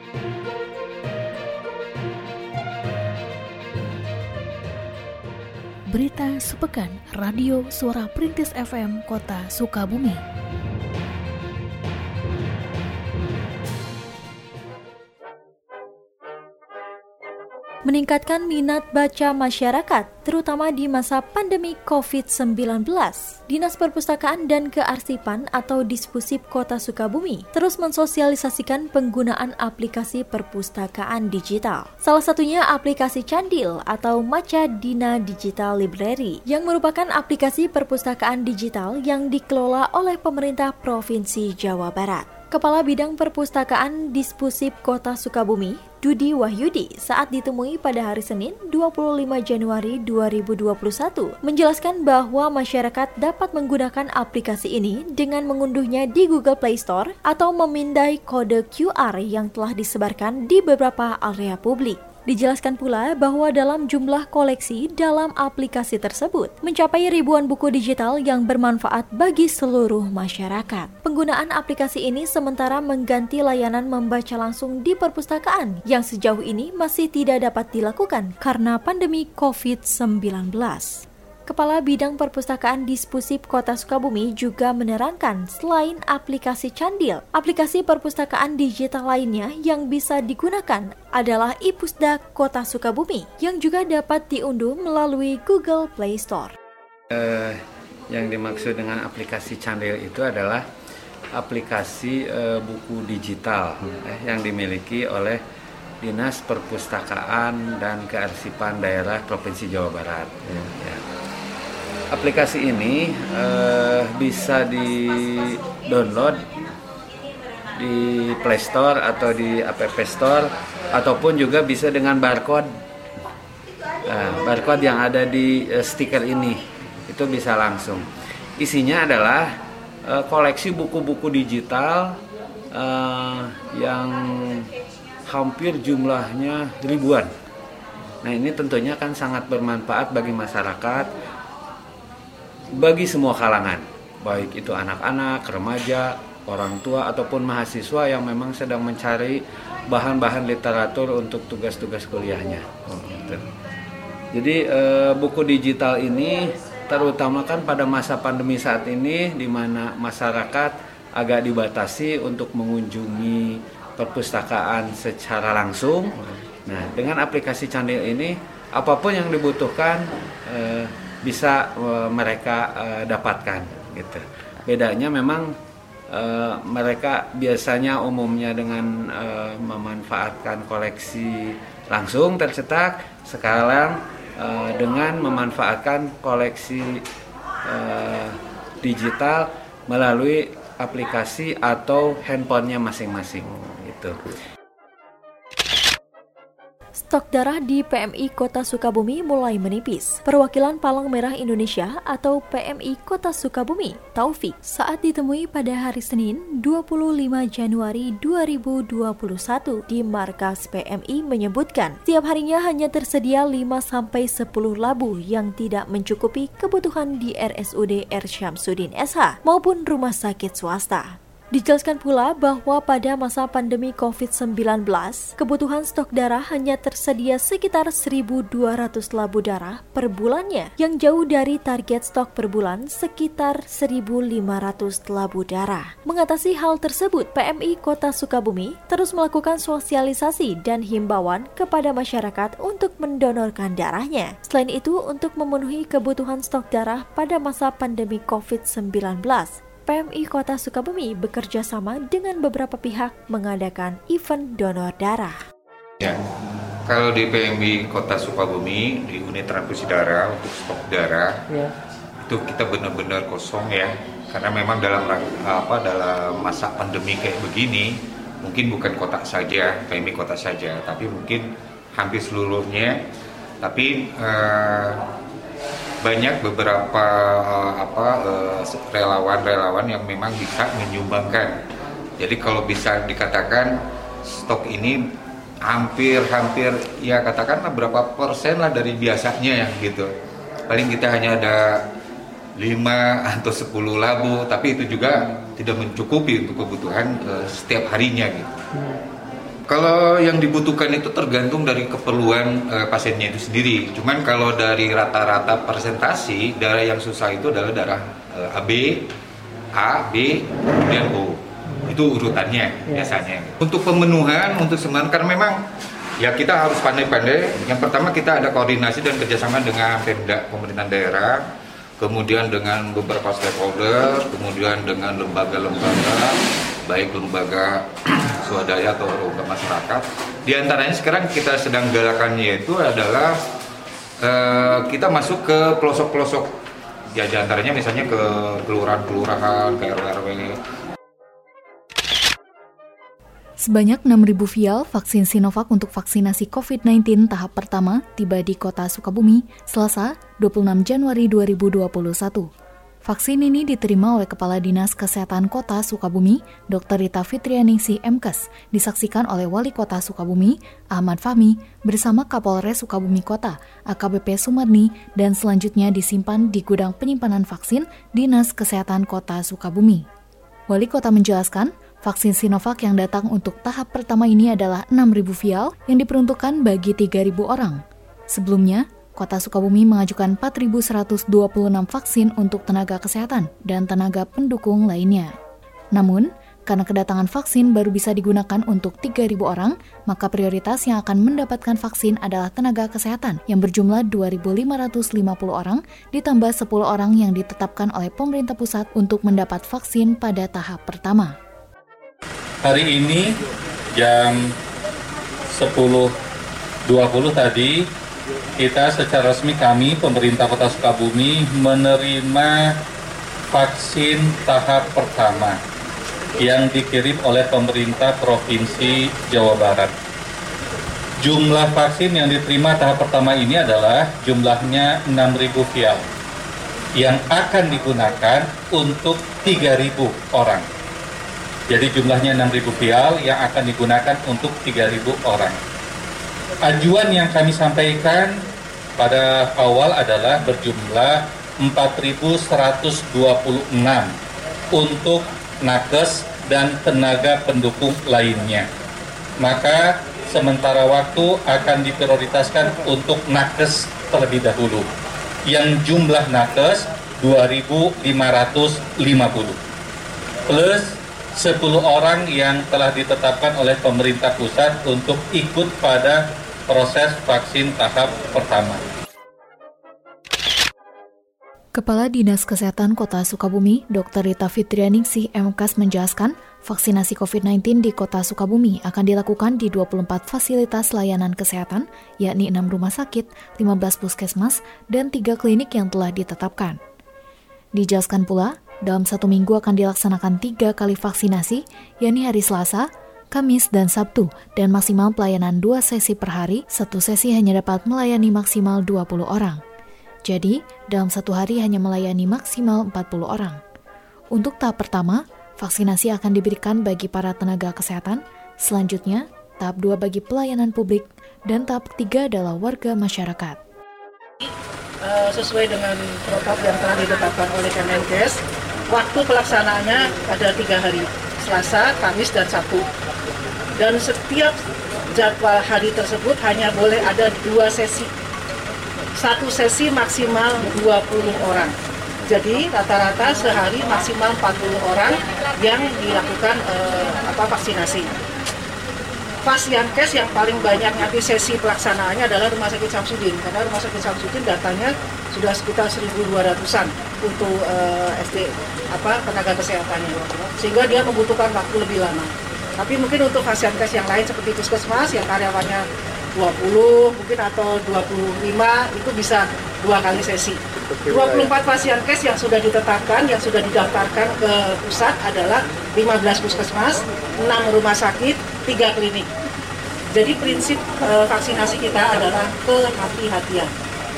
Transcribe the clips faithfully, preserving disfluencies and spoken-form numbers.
Berita sepekan Radio Suara Perintis F M Kota Sukabumi. Meningkatkan minat baca masyarakat, terutama di masa pandemi covid sembilan belas. Dinas Perpustakaan dan Kearsipan atau Dispusip Kota Sukabumi terus mensosialisasikan penggunaan aplikasi perpustakaan digital. Salah satunya aplikasi Candil atau Maca Dina Digital Library, yang merupakan aplikasi perpustakaan digital yang dikelola oleh pemerintah Provinsi Jawa Barat. Kepala Bidang Perpustakaan Dispusip Kota Sukabumi, Dudi Wahyudi, saat ditemui pada hari Senin dua puluh lima Januari dua ribu dua puluh satu, menjelaskan bahwa masyarakat dapat menggunakan aplikasi ini dengan mengunduhnya di Google Play Store atau memindai kode Q R yang telah disebarkan di beberapa area publik. Dijelaskan pula bahwa dalam jumlah koleksi dalam aplikasi tersebut mencapai ribuan buku digital yang bermanfaat bagi seluruh masyarakat. Penggunaan aplikasi ini sementara mengganti layanan membaca langsung di perpustakaan yang sejauh ini masih tidak dapat dilakukan karena pandemi covid sembilan belas. Kepala Bidang Perpustakaan Dispusip Kota Sukabumi juga menerangkan selain aplikasi Candil, aplikasi perpustakaan digital lainnya yang bisa digunakan adalah iPusda Kota Sukabumi yang juga dapat diunduh melalui Google Play Store. Uh, yang dimaksud dengan aplikasi Candil itu adalah aplikasi uh, buku digital eh, yang dimiliki oleh Dinas Perpustakaan dan Kearsipan Daerah Provinsi Jawa Barat. Ya, ya. Aplikasi ini uh, bisa di-download di Play Store atau di App Store ataupun juga bisa dengan barcode. Nah, barcode yang ada di uh, stiker ini itu bisa langsung. Isinya adalah uh, koleksi buku-buku digital uh, yang hampir jumlahnya ribuan. Nah, ini tentunya kan sangat bermanfaat bagi masyarakat, bagi semua kalangan, baik itu anak-anak, remaja, orang tua, ataupun mahasiswa yang memang sedang mencari bahan-bahan literatur untuk tugas-tugas kuliahnya. Jadi eh, buku digital ini terutama kan pada masa pandemi saat ini, di mana masyarakat agak dibatasi untuk mengunjungi perpustakaan secara langsung. Nah, dengan aplikasi Candil ini, apapun yang dibutuhkan eh, bisa uh, mereka uh, dapatkan gitu. Bedanya memang uh, mereka biasanya umumnya dengan uh, memanfaatkan koleksi langsung tercetak, sekarang uh, dengan memanfaatkan koleksi uh, digital melalui aplikasi atau handphonenya masing-masing gitu. Stok darah di P M I Kota Sukabumi mulai menipis. Perwakilan Palang Merah Indonesia atau P M I Kota Sukabumi, Taufik, saat ditemui pada hari Senin dua puluh lima Januari dua ribu dua puluh satu di markas P M I menyebutkan, setiap harinya hanya tersedia lima sampai sepuluh labu yang tidak mencukupi kebutuhan di R S U D R Syamsuddin S H maupun rumah sakit swasta. Dijelaskan pula bahwa pada masa pandemi covid sembilan belas, kebutuhan stok darah hanya tersedia sekitar seribu dua ratus labu darah per bulannya, yang jauh dari target stok per bulan sekitar seribu lima ratus labu darah. Mengatasi hal tersebut, P M I Kota Sukabumi terus melakukan sosialisasi dan himbauan kepada masyarakat untuk mendonorkan darahnya. Selain itu, untuk memenuhi kebutuhan stok darah pada masa pandemi covid sembilan belas, P M I Kota Sukabumi bekerja sama dengan beberapa pihak mengadakan event donor darah. Ya, kalau di P M I Kota Sukabumi di unit transfusi darah untuk stok darah, ya, itu kita benar-benar kosong ya, karena memang dalam apa dalam masa pandemi kayak begini, mungkin bukan kota saja, P M I Kota saja, tapi mungkin hampir seluruhnya, tapi eh, banyak beberapa uh, apa uh, relawan-relawan yang memang bisa menyumbangkan. Jadi kalau bisa dikatakan stok ini hampir-hampir ya katakanlah berapa persen lah dari biasanya ya gitu. Paling kita hanya ada lima atau sepuluh labu, tapi itu juga tidak mencukupi untuk kebutuhan uh, setiap harinya gitu. Kalau yang dibutuhkan itu tergantung dari keperluan uh, pasiennya itu sendiri. Cuman kalau dari rata-rata presentasi, darah yang susah itu adalah darah uh, A B, A, B, kemudian O. Itu urutannya ya. Biasanya. Untuk pemenuhan, untuk semen, karena memang ya kita harus pandai-pandai. Yang pertama kita ada koordinasi dan kerjasama dengan Pemda, pemerintahan daerah, kemudian dengan beberapa stakeholder, kemudian dengan lembaga-lembaga, baik lembaga swadaya atau lembaga masyarakat. Di antaranya sekarang kita sedang galakannya yaitu adalah uh, kita masuk ke pelosok-pelosok. Ya di antaranya misalnya ke kelurahan-kelurahan, ke R W R W. Sebanyak enam ribu vial vaksin Sinovac untuk vaksinasi covid sembilan belas tahap pertama tiba di kota Sukabumi, Selasa, dua puluh enam Januari dua ribu dua puluh satu. Vaksin ini diterima oleh Kepala Dinas Kesehatan Kota Sukabumi, Dokter Rita Fitrianingsih M Kes, disaksikan oleh Wali Kota Sukabumi, Ahmad Fahmi, bersama Kapolres Sukabumi Kota, A K B P Sumarni, dan selanjutnya disimpan di gudang penyimpanan vaksin Dinas Kesehatan Kota Sukabumi. Wali Kota menjelaskan, vaksin Sinovac yang datang untuk tahap pertama ini adalah enam ribu vial yang diperuntukkan bagi tiga ribu orang. Sebelumnya, Kota Sukabumi mengajukan empat ribu seratus dua puluh enam vaksin untuk tenaga kesehatan dan tenaga pendukung lainnya. Namun, karena kedatangan vaksin baru bisa digunakan untuk tiga ribu orang, maka prioritas yang akan mendapatkan vaksin adalah tenaga kesehatan yang berjumlah dua ribu lima ratus lima puluh orang, ditambah sepuluh orang yang ditetapkan oleh pemerintah pusat untuk mendapat vaksin pada tahap pertama. Hari ini jam sepuluh dua puluh tadi, kita secara resmi kami, pemerintah Kota Sukabumi, menerima vaksin tahap pertama yang dikirim oleh pemerintah Provinsi Jawa Barat. Jumlah vaksin yang diterima tahap pertama ini adalah jumlahnya enam ribu vial yang akan digunakan untuk tiga ribu orang. Jadi jumlahnya enam ribu vial yang akan digunakan untuk tiga ribu orang. Ajuan yang kami sampaikan pada awal adalah berjumlah empat ribu seratus dua puluh enam untuk nakes dan tenaga pendukung lainnya. Maka sementara waktu akan diprioritaskan untuk nakes terlebih dahulu. Yang jumlah nakes dua ribu lima ratus lima puluh plus sepuluh orang yang telah ditetapkan oleh pemerintah pusat untuk ikut pada proses vaksin tahap pertama. Kepala Dinas Kesehatan Kota Sukabumi, Dokter Rita Fitrianingsih M Kes menjelaskan, vaksinasi covid sembilan belas di Kota Sukabumi akan dilakukan di dua puluh empat fasilitas layanan kesehatan, yakni enam rumah sakit, lima belas puskesmas, dan tiga klinik yang telah ditetapkan. Dijelaskan pula, dalam satu minggu akan dilaksanakan tiga kali vaksinasi, yakni hari Selasa, Kamis, dan Sabtu, dan maksimal pelayanan dua sesi per hari, satu sesi hanya dapat melayani maksimal dua puluh orang. Jadi, dalam satu hari hanya melayani maksimal empat puluh orang. Untuk tahap pertama, vaksinasi akan diberikan bagi para tenaga kesehatan, selanjutnya tahap dua bagi pelayanan publik, dan tahap ketiga adalah warga masyarakat. Sesuai dengan protokol yang telah ditetapkan oleh Kemenkes, waktu pelaksanaannya ada tiga hari, Selasa, Kamis, dan Sabtu. Dan setiap jadwal hari tersebut hanya boleh ada dua sesi. Satu sesi maksimal dua puluh orang. Jadi rata-rata sehari maksimal empat puluh orang yang dilakukan eh, apa, vaksinasi. Fasyankes yang paling banyak nanti sesi pelaksanaannya adalah Rumah Sakit Samsudin, karena Rumah Sakit Samsudin datanya sudah sekitar seribu dua ratusan untuk eh, S D apa tenaga kesehatannya, sehingga dia membutuhkan waktu lebih lama. Tapi mungkin untuk fasyankes yang lain seperti puskesmas yang karyawannya dua puluh mungkin atau dua puluh lima itu bisa dua kali sesi. dua puluh empat fasyankes yang sudah ditetapkan, yang sudah didaftarkan ke pusat adalah lima belas puskesmas, enam rumah sakit, tiga klinik. Jadi prinsip e, vaksinasi kita adalah kehati-hatian.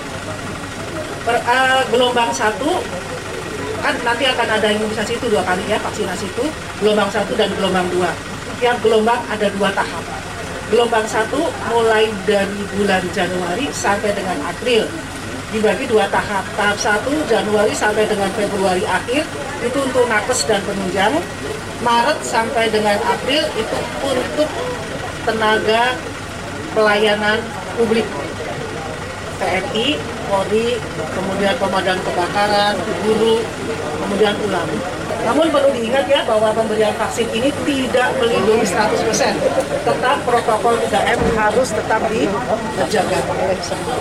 Per, e, gelombang satu kan nanti akan ada imunisasi itu dua kali ya, vaksinasi itu gelombang satu dan gelombang dua. Tiap gelombang ada dua tahap. Gelombang satu mulai dari bulan Januari sampai dengan April, dibagi dua tahap. Tahap satu Januari sampai dengan Februari akhir, itu untuk nakes dan penunjang. Maret sampai dengan April itu untuk tenaga pelayanan publik, T N I, Polri, kemudian pemadam kebakaran, guru, kemudian ulama. Namun perlu diingat ya bahwa pemberian vaksin ini tidak melindungi seratus persen. Tetap protokol tiga M harus tetap dijaga oleh semua.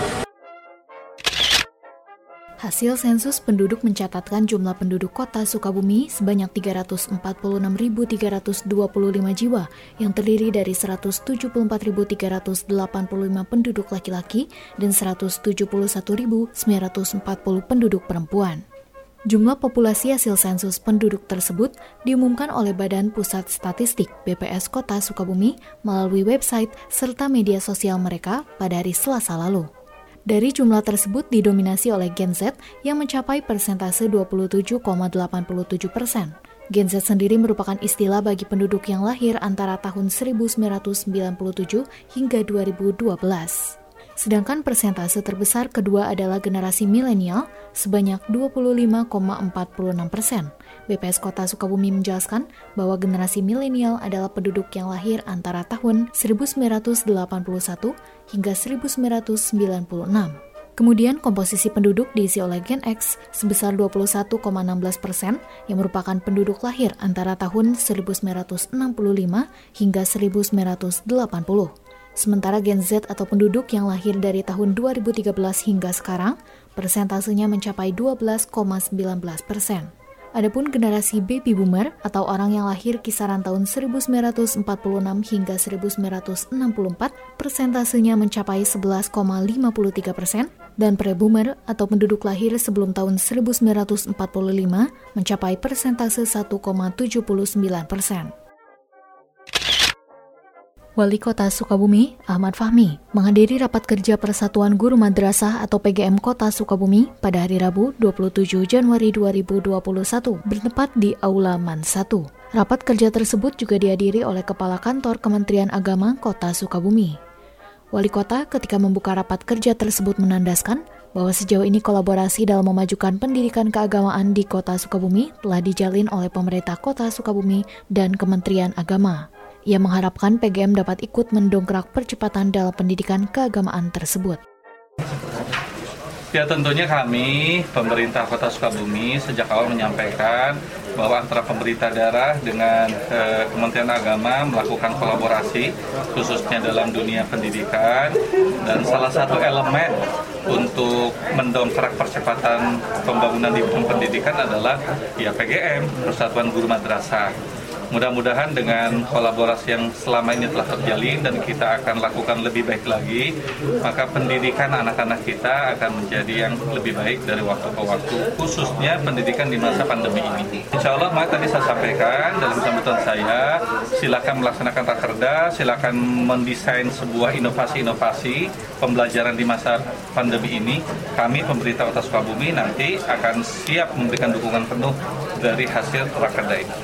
Hasil sensus penduduk mencatatkan jumlah penduduk kota Sukabumi sebanyak tiga ratus empat puluh enam ribu tiga ratus dua puluh lima jiwa yang terdiri dari seratus tujuh puluh empat ribu tiga ratus delapan puluh lima penduduk laki-laki dan seratus tujuh puluh satu ribu sembilan ratus empat puluh penduduk perempuan. Jumlah populasi hasil sensus penduduk tersebut diumumkan oleh Badan Pusat Statistik B P S Kota Sukabumi melalui website serta media sosial mereka pada hari Selasa lalu. Dari jumlah tersebut didominasi oleh Gen Z yang mencapai persentase dua puluh tujuh koma delapan tujuh persen. Gen Z sendiri merupakan istilah bagi penduduk yang lahir antara tahun seribu sembilan ratus sembilan puluh tujuh hingga dua ribu dua belas. Sedangkan persentase terbesar kedua adalah generasi milenial sebanyak dua puluh lima koma empat enam persen. B P S Kota Sukabumi menjelaskan bahwa generasi milenial adalah penduduk yang lahir antara tahun seribu sembilan ratus delapan puluh satu hingga seribu sembilan ratus sembilan puluh enam. Kemudian komposisi penduduk diisi oleh Gen X sebesar dua puluh satu koma satu enam persen yang merupakan penduduk lahir antara tahun seribu sembilan ratus enam puluh lima hingga seribu sembilan ratus delapan puluh. Sementara Gen Z atau penduduk yang lahir dari tahun dua ribu tiga belas hingga sekarang, persentasenya mencapai dua belas koma satu sembilan persen. Adapun generasi Baby Boomer atau orang yang lahir kisaran tahun seribu sembilan ratus empat puluh enam hingga seribu sembilan ratus enam puluh empat, persentasenya mencapai sebelas koma lima tiga persen, dan Pre-Boomer atau penduduk lahir sebelum tahun seribu sembilan ratus empat puluh lima mencapai persentase satu koma tujuh sembilan persen. Wali Kota Sukabumi, Ahmad Fahmi, menghadiri rapat kerja Persatuan Guru Madrasah atau P G M Kota Sukabumi pada hari Rabu dua puluh tujuh Januari dua ribu dua puluh satu bertempat di Aula Man satu. Rapat kerja tersebut juga dihadiri oleh Kepala Kantor Kementerian Agama Kota Sukabumi. Wali Kota ketika membuka rapat kerja tersebut menandaskan bahwa sejauh ini kolaborasi dalam memajukan pendidikan keagamaan di Kota Sukabumi telah dijalin oleh pemerintah Kota Sukabumi dan Kementerian Agama. Ia mengharapkan P G M dapat ikut mendongkrak percepatan dalam pendidikan keagamaan tersebut. Ya, tentunya kami, pemerintah Kota Sukabumi, sejak awal menyampaikan bahwa antara pemerintah daerah dengan eh, Kementerian Agama melakukan kolaborasi, khususnya dalam dunia pendidikan, dan salah satu elemen untuk mendongkrak percepatan pembangunan di bidang pendidikan adalah ya P G M, Persatuan Guru Madrasah. Mudah-mudahan dengan kolaborasi yang selama ini telah terjalin dan kita akan lakukan lebih baik lagi, maka pendidikan anak-anak kita akan menjadi yang lebih baik dari waktu ke waktu, khususnya pendidikan di masa pandemi ini. Insya Allah, maka tadi saya sampaikan dalam sambutan saya, silakan melaksanakan rakerda, silakan mendesain sebuah inovasi-inovasi pembelajaran di masa pandemi ini. Kami, pemerintah Kota Sukabumi, nanti akan siap memberikan dukungan penuh dari hasil rakerda ini.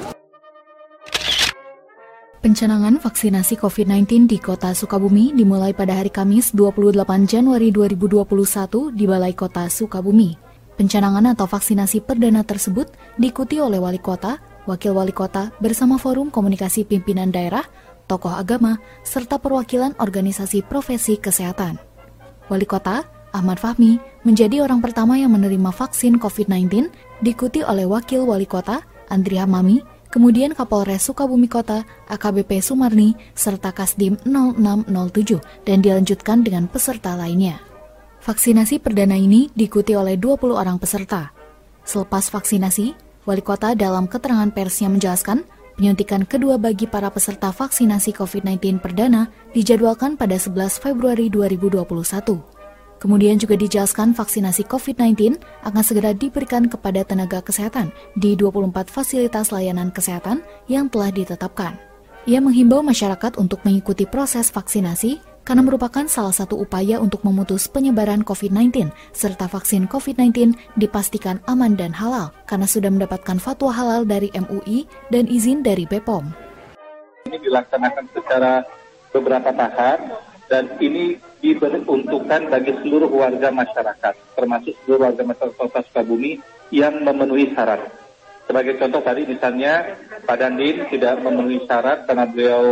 Pencanangan vaksinasi covid sembilan belas di Kota Sukabumi dimulai pada hari Kamis dua puluh delapan Januari dua ribu dua puluh satu di Balai Kota Sukabumi. Pencanangan atau vaksinasi perdana tersebut diikuti oleh Wali Kota, Wakil Wali Kota bersama Forum Komunikasi Pimpinan Daerah, tokoh agama, serta perwakilan organisasi profesi kesehatan. Wali Kota, Ahmad Fahmi, menjadi orang pertama yang menerima vaksin covid sembilan belas, diikuti oleh Wakil Wali Kota, Andri Hamami, kemudian Kapolres Sukabumi Kota, A K B P Sumarni, serta Kasdim nol enam nol tujuh, dan dilanjutkan dengan peserta lainnya. Vaksinasi perdana ini diikuti oleh dua puluh orang peserta. Selepas vaksinasi, Wali Kota dalam keterangan persnya menjelaskan, penyuntikan kedua bagi para peserta vaksinasi covid sembilan belas perdana dijadwalkan pada sebelas Februari dua ribu dua puluh satu. Kemudian juga dijelaskan vaksinasi covid sembilan belas akan segera diberikan kepada tenaga kesehatan di dua puluh empat fasilitas layanan kesehatan yang telah ditetapkan. Ia menghimbau masyarakat untuk mengikuti proses vaksinasi karena merupakan salah satu upaya untuk memutus penyebaran covid sembilan belas serta vaksin covid sembilan belas dipastikan aman dan halal karena sudah mendapatkan fatwa halal dari M U I dan izin dari B P O M. Ini dilaksanakan secara beberapa tahap dan ini diperuntukkan bagi seluruh warga masyarakat, termasuk seluruh warga masyarakat Kota Sukabumi yang memenuhi syarat. Sebagai contoh tadi misalnya Pak Dandim tidak memenuhi syarat karena beliau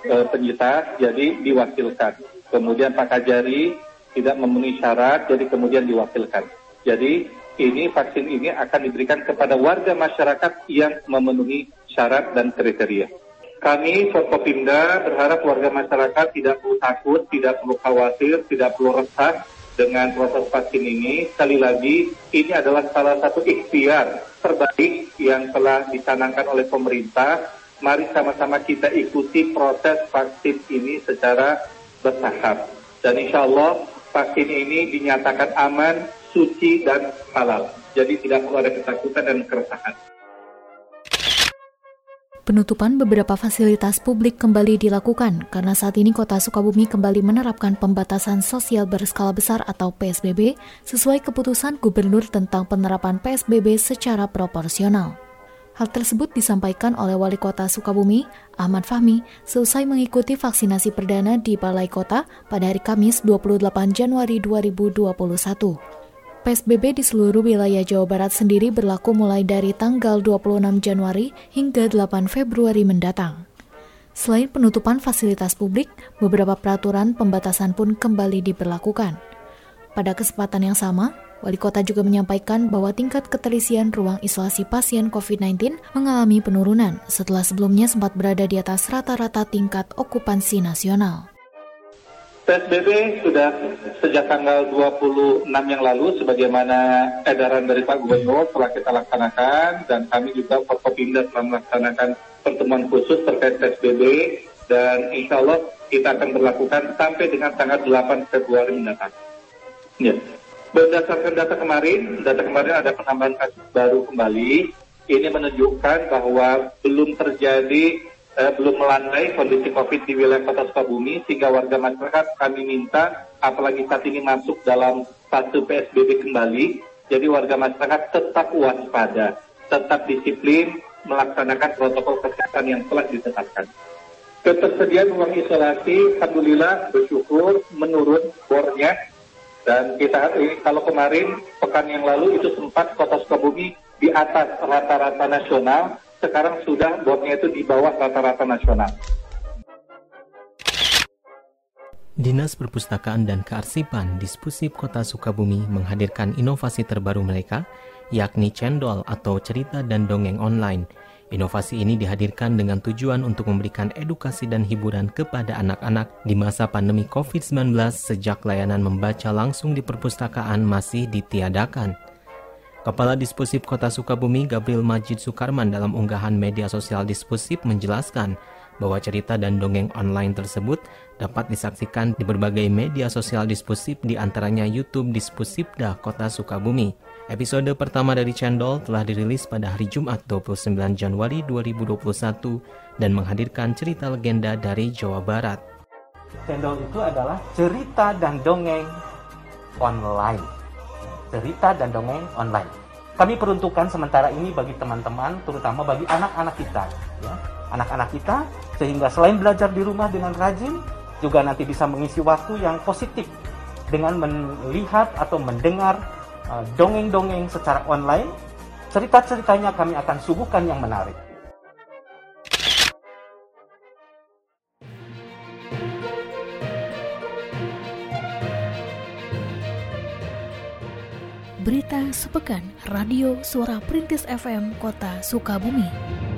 e, penyintas, jadi diwakilkan. Kemudian Pak Kajari tidak memenuhi syarat, jadi kemudian diwakilkan. Jadi ini vaksin ini akan diberikan kepada warga masyarakat yang memenuhi syarat dan kriteria. Kami Forkopimda berharap warga masyarakat tidak perlu takut, tidak perlu khawatir, tidak perlu resah dengan proses vaksin ini. Sekali lagi, ini adalah salah satu ikhtiar terbaik yang telah dicanangkan oleh pemerintah. Mari sama-sama kita ikuti proses vaksin ini secara bertahap. Dan insya Allah vaksin ini dinyatakan aman, suci, dan halal. Jadi tidak perlu ada ketakutan dan keresahan. Penutupan beberapa fasilitas publik kembali dilakukan karena saat ini Kota Sukabumi kembali menerapkan pembatasan sosial berskala besar atau P S B B sesuai keputusan Gubernur tentang penerapan P S B B secara proporsional. Hal tersebut disampaikan oleh Wali Kota Sukabumi, Ahmad Fahmi, seusai mengikuti vaksinasi perdana di Balai Kota pada hari Kamis dua puluh delapan Januari dua ribu dua puluh satu. P S B B di seluruh wilayah Jawa Barat sendiri berlaku mulai dari tanggal dua puluh enam Januari hingga delapan Februari mendatang. Selain penutupan fasilitas publik, beberapa peraturan pembatasan pun kembali diberlakukan. Pada kesempatan yang sama, Wali Kota juga menyampaikan bahwa tingkat keterisian ruang isolasi pasien covid sembilan belas mengalami penurunan setelah sebelumnya sempat berada di atas rata-rata tingkat okupansi nasional. P S B B sudah sejak tanggal dua puluh enam yang lalu sebagaimana edaran dari Pak Gubernur telah kita laksanakan, dan kami juga Forkopimda telah melaksanakan pertemuan khusus terkait P S B B, dan insya Allah kita akan berlakukan sampai dengan tanggal delapan Februari mendatang. Ya. Berdasarkan data kemarin, data kemarin ada penambahan kasus baru kembali. Ini menunjukkan bahwa belum terjadi Eh, belum melandai kondisi COVID di wilayah Kota Sukabumi, sehingga warga masyarakat kami minta, apalagi saat ini masuk dalam fase P S B B kembali, jadi warga masyarakat tetap waspada, tetap disiplin, melaksanakan protokol kesehatan yang telah ditetapkan. Ketersediaan ruang isolasi, alhamdulillah bersyukur menurun bornya, dan kita eh, kalau kemarin pekan yang lalu itu sempat Kota Sukabumi di atas rata-rata nasional. Sekarang sudah bornya itu di bawah rata-rata nasional. Dinas Perpustakaan dan Kearsipan Dispusip Kota Sukabumi menghadirkan inovasi terbaru mereka, yakni Cendol atau cerita dan dongeng online. Inovasi ini dihadirkan dengan tujuan untuk memberikan edukasi dan hiburan kepada anak-anak di masa pandemi covid sembilan belas sejak layanan membaca langsung di perpustakaan masih ditiadakan. Kepala Dispusip Kota Sukabumi Gabriel Majid Sukarman dalam unggahan media sosial Dispusip menjelaskan bahwa cerita dan dongeng online tersebut dapat disaksikan di berbagai media sosial Dispusip, di antaranya YouTube Dispusipda Kota Sukabumi. Episode pertama dari Cendol telah dirilis pada hari Jumat dua puluh sembilan Januari dua ribu dua puluh satu dan menghadirkan cerita legenda dari Jawa Barat. Cendol itu adalah cerita dan dongeng online. Cerita dan dongeng online. Kami peruntukkan sementara ini bagi teman-teman, terutama bagi anak-anak kita, ya, anak-anak kita, sehingga selain belajar di rumah dengan rajin, juga nanti bisa mengisi waktu yang positif dengan melihat atau mendengar uh, dongeng-dongeng secara online. Cerita-ceritanya kami akan suguhkan yang menarik. Berita sepekan Radio Suara Perintis F M Kota Sukabumi.